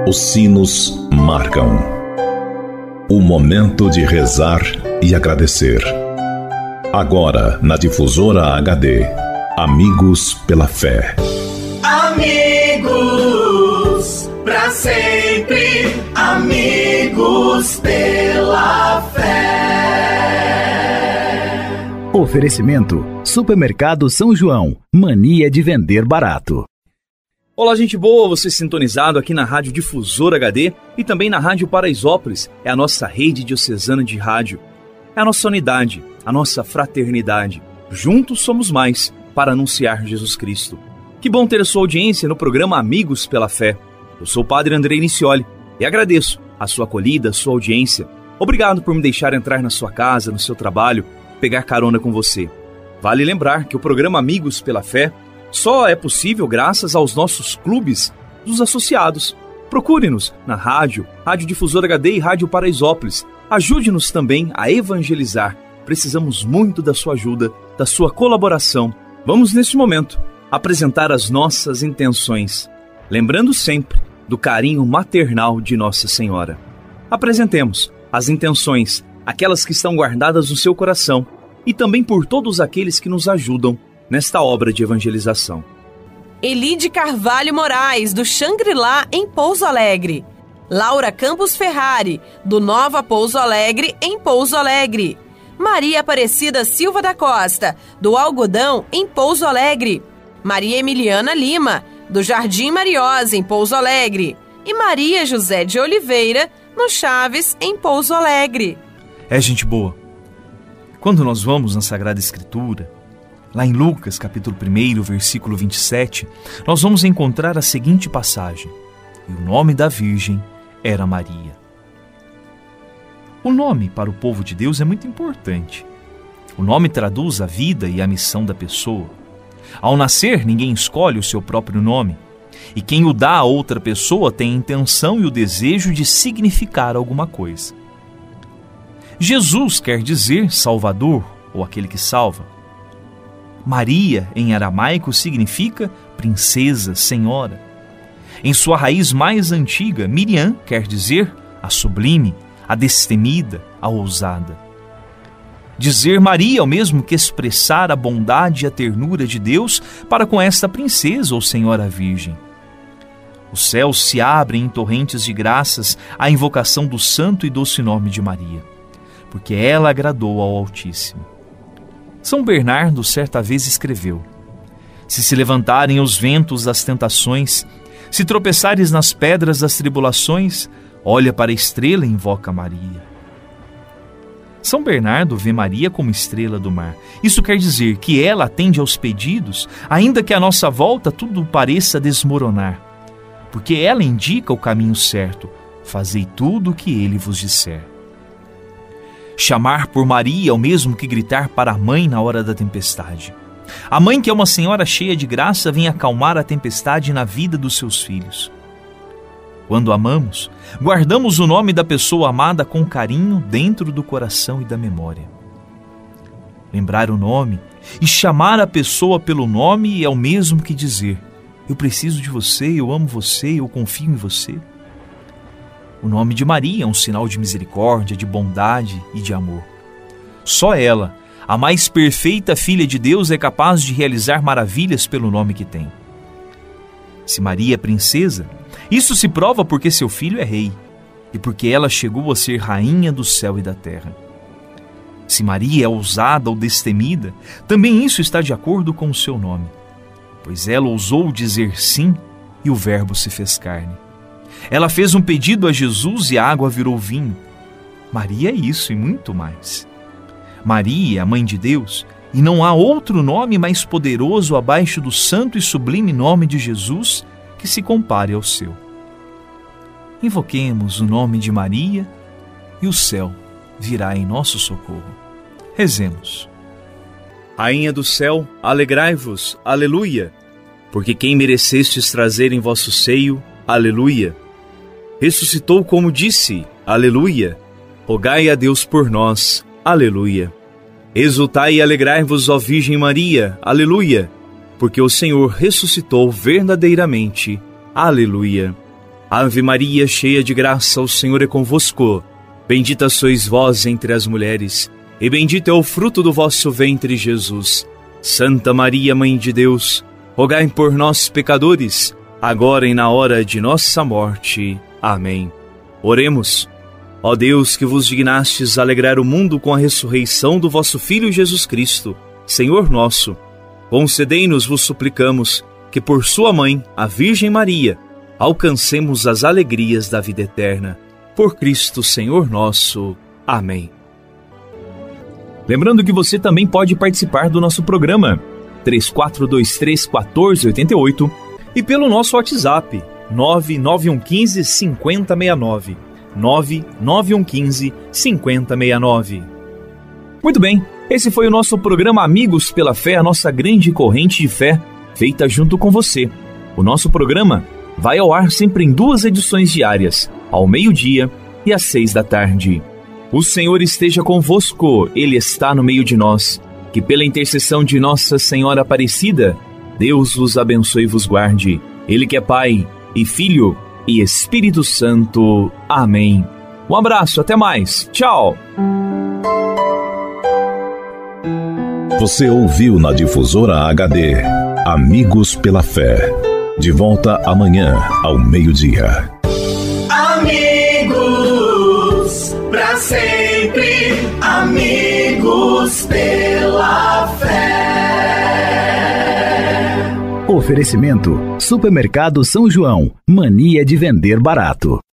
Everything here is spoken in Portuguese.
Os sinos marcam o momento de rezar e agradecer. Agora, na Difusora HD, Amigos pela Fé. Amigos, pra sempre, amigos pela fé. Oferecimento: Supermercado São João, mania de vender barato. Olá, gente boa, você sintonizado aqui na Rádio Difusora HD e também na Rádio Paraisópolis. É a nossa rede diocesana de rádio. É a nossa unidade, a nossa fraternidade. Juntos somos mais para anunciar Jesus Cristo. Que bom ter a sua audiência no programa Amigos pela Fé. Eu sou o Padre Andrei Nicioli e agradeço a sua acolhida, a sua audiência. Obrigado por me deixar entrar na sua casa, no seu trabalho, pegar carona com você. Vale lembrar que o programa Amigos pela Fé só é possível graças aos nossos clubes dos associados. Procure-nos na Rádio Difusora HD e Rádio Paraisópolis. Ajude-nos também a evangelizar. Precisamos muito da sua ajuda, da sua colaboração. Vamos, neste momento, apresentar as nossas intenções, lembrando sempre do carinho maternal de Nossa Senhora. Apresentemos as intenções, aquelas que estão guardadas no seu coração, e também por todos aqueles que nos ajudam nesta obra de evangelização. Elide Carvalho Moraes, do Xangri-Lá, em Pouso Alegre. Laura Campos Ferrari, do Nova Pouso Alegre, em Pouso Alegre. Maria Aparecida Silva da Costa, do Algodão, em Pouso Alegre. Maria Emiliana Lima, do Jardim Mariosa, em Pouso Alegre. E Maria José de Oliveira, no Chaves, em Pouso Alegre. É, gente boa, quando nós vamos na Sagrada Escritura, lá em Lucas, capítulo 1, versículo 27, nós vamos encontrar a seguinte passagem: e o nome da Virgem era Maria. O nome para o povo de Deus é muito importante. O nome traduz a vida e a missão da pessoa. Ao nascer, ninguém escolhe o seu próprio nome. E quem o dá a outra pessoa tem a intenção e o desejo de significar alguma coisa. Jesus quer dizer Salvador, ou aquele que salva. Maria, em aramaico, significa princesa, senhora. Em sua raiz mais antiga, Miriam quer dizer a sublime, a destemida, a ousada. Dizer Maria é o mesmo que expressar a bondade e a ternura de Deus para com esta princesa ou senhora virgem. Os céus se abrem em torrentes de graças à invocação do santo e doce nome de Maria, porque ela agradou ao Altíssimo. São Bernardo certa vez escreveu: se levantarem os ventos das tentações, se tropeçares nas pedras das tribulações, olha para a estrela e invoca Maria. São Bernardo vê Maria como estrela do mar. Isso quer dizer que ela atende aos pedidos, ainda que à nossa volta tudo pareça desmoronar, porque ela indica o caminho certo: fazei tudo o que ele vos disser. Chamar por Maria é o mesmo que gritar para a mãe na hora da tempestade. A mãe, que é uma senhora cheia de graça, vem acalmar a tempestade na vida dos seus filhos. Quando amamos, guardamos o nome da pessoa amada com carinho dentro do coração e da memória. Lembrar o nome e chamar a pessoa pelo nome é o mesmo que dizer: eu preciso de você, eu amo você, eu confio em você. O nome de Maria é um sinal de misericórdia, de bondade e de amor. Só ela, a mais perfeita filha de Deus, é capaz de realizar maravilhas pelo nome que tem. Se Maria é princesa, isso se prova porque seu filho é rei e porque ela chegou a ser rainha do céu e da terra. Se Maria é ousada ou destemida, também isso está de acordo com o seu nome, pois ela ousou dizer sim e o Verbo se fez carne. Ela fez um pedido a Jesus e a água virou vinho. Maria é isso e muito mais. Maria é a mãe de Deus e não há outro nome mais poderoso abaixo do santo e sublime nome de Jesus que se compare ao seu. Invoquemos o nome de Maria e o céu virá em nosso socorro. Rezemos. Rainha do céu, alegrai-vos, aleluia, porque quem merecestes trazer em vosso seio, aleluia, ressuscitou como disse, aleluia, rogai a Deus por nós, aleluia. Exultai e alegrai-vos, ó Virgem Maria, aleluia, porque o Senhor ressuscitou verdadeiramente, aleluia. Ave Maria, cheia de graça, o Senhor é convosco. Bendita sois vós entre as mulheres, e bendito é o fruto do vosso ventre, Jesus. Santa Maria, Mãe de Deus, rogai por nós, pecadores, agora e na hora de nossa morte. Amém. Oremos. Ó Deus, que vos dignastes alegrar o mundo com a ressurreição do vosso Filho Jesus Cristo, Senhor nosso, concedei-nos, vos suplicamos, que por sua mãe, a Virgem Maria, alcancemos as alegrias da vida eterna. Por Cristo, Senhor nosso. Amém. Lembrando que você também pode participar do nosso programa 3423-1488 e pelo nosso WhatsApp 99115 5069. 99115 5069. Muito bem, esse foi o nosso programa Amigos pela Fé, a nossa grande corrente de fé, feita junto com você. O nosso programa vai ao ar sempre em 2 edições diárias, ao meio-dia e às 6 da tarde. O Senhor esteja convosco, Ele está no meio de nós. Que pela intercessão de Nossa Senhora Aparecida, Deus vos abençoe e vos guarde. Ele que é Pai e Filho e Espírito Santo. Amém. Um abraço, até mais. Tchau. Você ouviu na Difusora HD Amigos pela Fé. De volta amanhã ao meio-dia. Amigos, pra sempre, amigos pela fé. Oferecimento: Supermercado São João. Mania de vender barato.